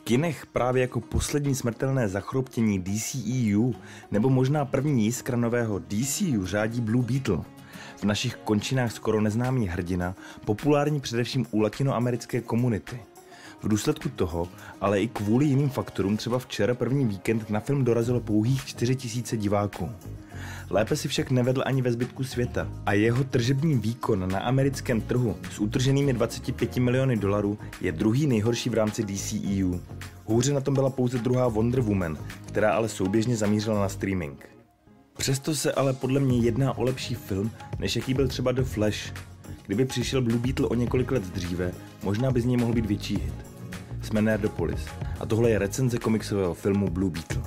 kinech právě jako poslední smrtelné zachroptění DCEU nebo možná první jiskra nového DCU řádí Blue Beetle. V našich končinách skoro neznámý hrdina, populární především u latinoamerické komunity. V důsledku toho, ale i kvůli jiným faktorům, třeba včera první víkend na film dorazilo pouhých 4 000 diváků. Lépe si však nevedl ani ve zbytku světa a jeho tržební výkon na americkém trhu s utrženými 25 miliony dolarů je druhý nejhorší v rámci DCEU. Hůře na tom byla pouze druhá Wonder Woman, která ale souběžně zamířila na streaming. Přesto se ale podle mě jedná o lepší film, než jaký byl třeba The Flash. Kdyby přišel Blue Beetle o několik let dříve, možná by z něj mohl být větší hit. Jsme Nerdopolis a tohle je recenze komiksového filmu Blue Beetle.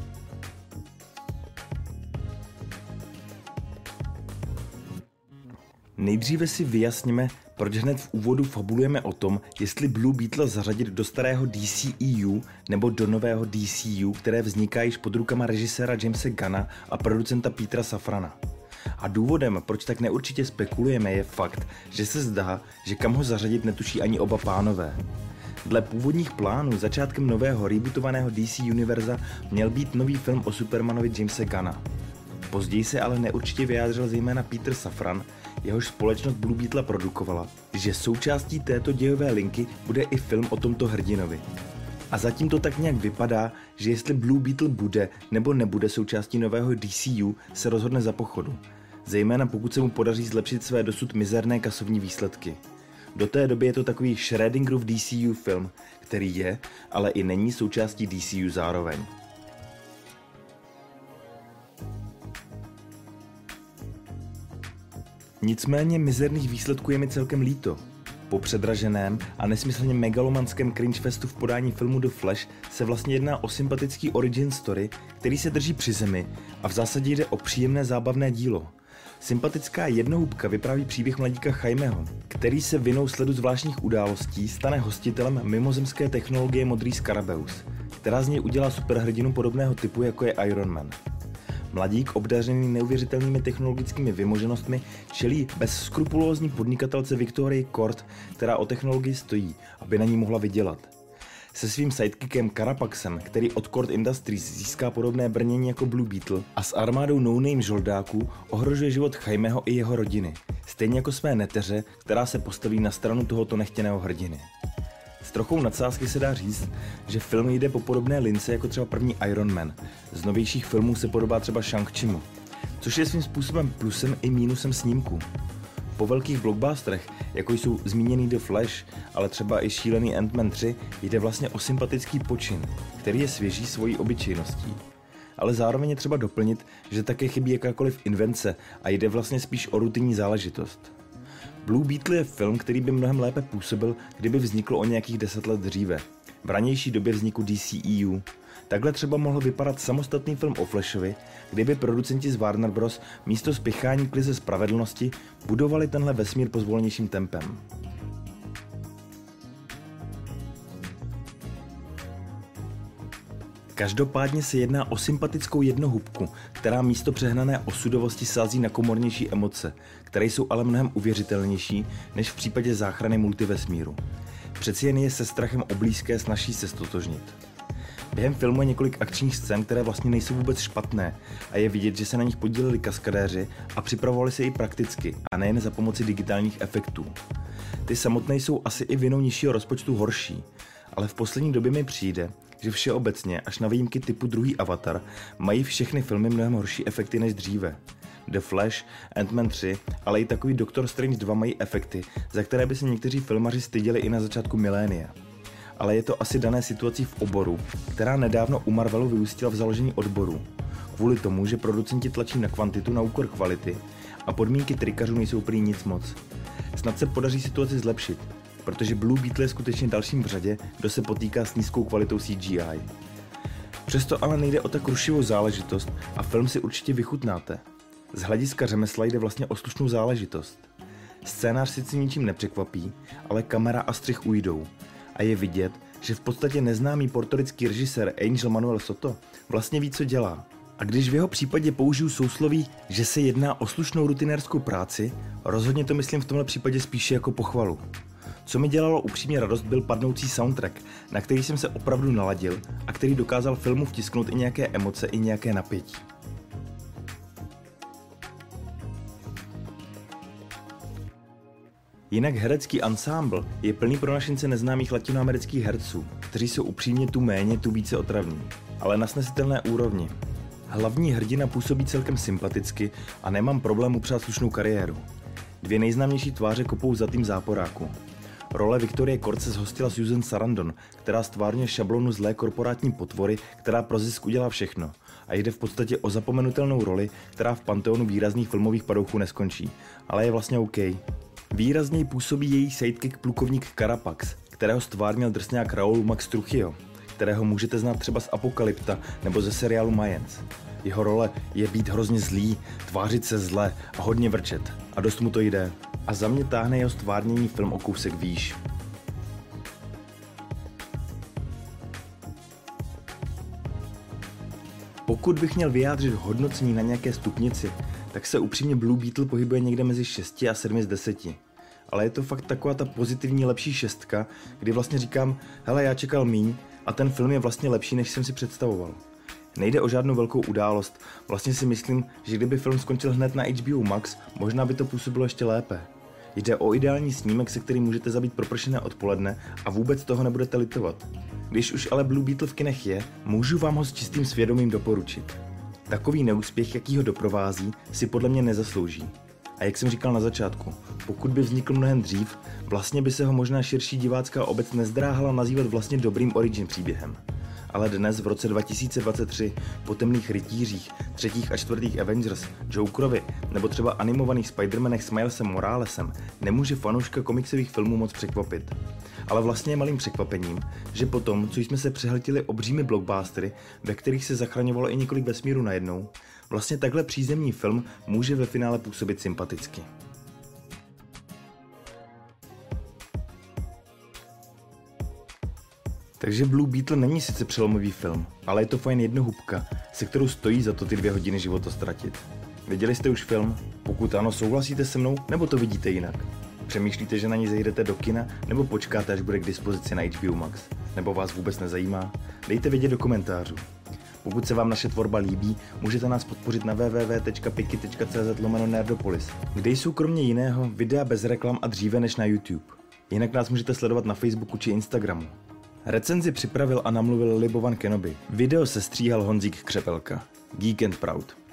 Nejdříve si vyjasníme, proč hned v úvodu fabulujeme o tom, jestli Blue Beetle zařadit do starého DCEU nebo do nového DCU, které vzniká již pod rukama režiséra Jamese Gunna a producenta Petera Safrana. A důvodem, proč tak neurčitě spekulujeme, je fakt, že se zdá, že kam ho zařadit netuší ani oba pánové. Dle původních plánů začátkem nového rebootovaného DC univerza měl být nový film o Supermanovi Jamese Gunna. Později se ale neurčitě vyjádřil zejména Peter Safran, jehož společnost Blue Beetle produkovala, že součástí této dějové linky bude i film o tomto hrdinovi. A zatím to tak nějak vypadá, že jestli Blue Beetle bude nebo nebude součástí nového DCU, se rozhodne za pochodu. Zejména pokud se mu podaří zlepšit své dosud mizerné kasovní výsledky. Do té doby je to takový Schrödingerův DCU film, který je, ale i není součástí DCU zároveň. Nicméně mizerných výsledků je mi celkem líto. Po předraženém a nesmyslně megalomanském cringe festu v podání filmu The Flash se vlastně jedná o sympatický origin story, který se drží při zemi a v zásadě jde o příjemné zábavné dílo. Sympatická jednohubka vypráví příběh mladíka Jaimeho, který se vinou sledu zvláštních událostí stane hostitelem mimozemské technologie modrý Scarabeus, která z něj udělá superhrdinu podobného typu jako je Iron Man. Mladík, obdařený neuvěřitelnými technologickými vymoženostmi, čelí bezskrupulózní podnikatelce Victorii Kord, která o technologii stojí, aby na ní mohla vydělat. Se svým sidekickem Carapaxem, který od Kord Industries získá podobné brnění jako Blue Beetle, a s armádou no-name žoldáků ohrožuje život Jaimeho i jeho rodiny, stejně jako své neteře, která se postaví na stranu tohoto nechtěného hrdiny. S trochou nadsázky se dá říct, že film jde po podobné lince jako třeba první Iron Man. Z novějších filmů se podobá třeba Shang-Chimu, což je svým způsobem plusem i mínusem snímku. Po velkých blockbusterech, jako jsou zmíněný The Flash, ale třeba i šílený Ant-Man 3, jde vlastně o sympatický počin, který je svěží svojí obyčejností. Ale zároveň je třeba doplnit, že také chybí jakákoliv invence a jde vlastně spíš o rutinní záležitost. Blue Beetle je film, který by mnohem lépe působil, kdyby vznikl o nějakých 10 let dříve, v ranější době vzniku DCEU. Takhle třeba mohl vypadat samostatný film o Flashovi, kdyby producenti z Warner Bros. Místo spěchání k lize spravedlnosti budovali tenhle vesmír pozvolnějším tempem. Každopádně se jedná o sympatickou jednohubku, která místo přehnané osudovosti sází na komornější emoce, které jsou ale mnohem uvěřitelnější než v případě záchrany multivesmíru. Přeci jen je se strachem o blízké snazší se stotožnit. Během filmu je několik akčních scén, které vlastně nejsou vůbec špatné a je vidět, že se na nich podíleli kaskadéři a připravovali se i prakticky a nejen za pomoci digitálních efektů. Ty samotné jsou asi i vinou nižšího rozpočtu horší, ale v poslední době mi přijde, že všeobecně, až na výjimky typu druhý Avatar, mají všechny filmy mnohem horší efekty než dříve. The Flash, Ant-Man 3, ale i takový Doctor Strange 2 mají efekty, za které by se někteří filmaři styděli i na začátku milénia. Ale je to asi dané situací v oboru, která nedávno u Marvelu vyústila v založení odboru. Kvůli tomu, že producenti tlačí na kvantitu na úkor kvality a podmínky trikařů nejsou prý nic moc. Snad se podaří situaci zlepšit, protože Blue Beetle je skutečně dalším v řadě, kdo se potýká s nízkou kvalitou CGI. Přesto ale nejde o tak rušivou záležitost a film si určitě vychutnáte. Z hlediska řemesla jde vlastně o slušnou záležitost. Scénář sice ničím nepřekvapí, ale kamera a střih ujdou. A je vidět, že v podstatě neznámý portorický režisér Angel Manuel Soto vlastně ví, co dělá. A když v jeho případě použiju sousloví, že se jedná o slušnou rutinérskou práci, rozhodně to myslím v tomhle případě spíše jako pochvalu. Co mi dělalo upřímně radost, byl padnoucí soundtrack, na který jsem se opravdu naladil a který dokázal filmu vtisknout i nějaké emoce, i nějaké napětí. Jinak herecký ansámbl je plný pro našince neznámých latinoamerických herců, kteří jsou upřímně tu méně, tu více otravní, ale na snesitelné úrovni. Hlavní hrdina působí celkem sympaticky a nemám problém upřát slušnou kariéru. Dvě nejznámější tváře kopou za tým záporáku. Role Victorie Corce zhostila Susan Sarandon, která stvárňuje šablonu zlé korporátní potvory, která pro zisk udělá všechno. A jde v podstatě o zapomenutelnou roli, která v panteonu výrazných filmových padouchů neskončí, ale je vlastně OK. Výrazněji působí její sidekick plukovník Carapax, kterého stvárnil drsňák Raúl Max Trujillo, kterého můžete znát třeba z Apokalypta nebo ze seriálu Mayans. Jeho role je být hrozně zlý, tvářit se zle a hodně vrčet. A dost mu to jde. A za mě táhne jeho stvárnění film o kousek výš. Pokud bych měl vyjádřit hodnocení na nějaké stupnici, tak se upřímně Blue Beetle pohybuje někde mezi 6 a 7 z 10. Ale je to fakt taková ta pozitivní lepší 6, kdy vlastně říkám, hele, já čekal míň a ten film je vlastně lepší, než jsem si představoval. Nejde o žádnou velkou událost, vlastně si myslím, že kdyby film skončil hned na HBO Max, možná by to působilo ještě lépe. Jde o ideální snímek, se kterým můžete zabít propršené odpoledne a vůbec toho nebudete litovat. Když už ale Blue Beetle v kinech je, můžu vám ho s čistým svědomím doporučit. Takový neúspěch, jaký ho doprovází, si podle mě nezaslouží. A jak jsem říkal na začátku, pokud by vznikl mnohem dřív, vlastně by se ho možná širší divácká obec nezdráhala nazývat vlastně dobrým origin příběhem. Ale dnes v roce 2023 po temných rytířích, 3. a 4. Avengers, Jokerovi nebo třeba animovaných Spider-Manech s Milesem Moralesem nemůže fanouška komiksových filmů moc překvapit. Ale vlastně je malým překvapením, že potom, co jsme se přehltili obřími blockbustery, ve kterých se zachraňovalo i několik vesmírů najednou, vlastně takhle přízemní film může ve finále působit sympaticky. Takže Blue Beetle není sice přelomový film, ale je to fajn jednohubka, se kterou stojí za to ty 2 hodiny života ztratit. Viděli jste už film? Pokud ano, souhlasíte se mnou, nebo to vidíte jinak? Přemýšlíte, že na ní zajdete do kina, nebo počkáte, až bude k dispozici na HBO Max? Nebo vás vůbec nezajímá? Dejte vědět do komentářů. Pokud se vám naše tvorba líbí, můžete nás podpořit na www.piki.cz/nerdopolis, kde jsou kromě jiného videa bez reklam a dříve než na YouTube. Jinak nás můžete sledovat na Facebooku či Instagramu. Recenzi připravil a namluvil Libovan Kenobi. Video se stříhal Honzík Křepelka. Geek and Proud.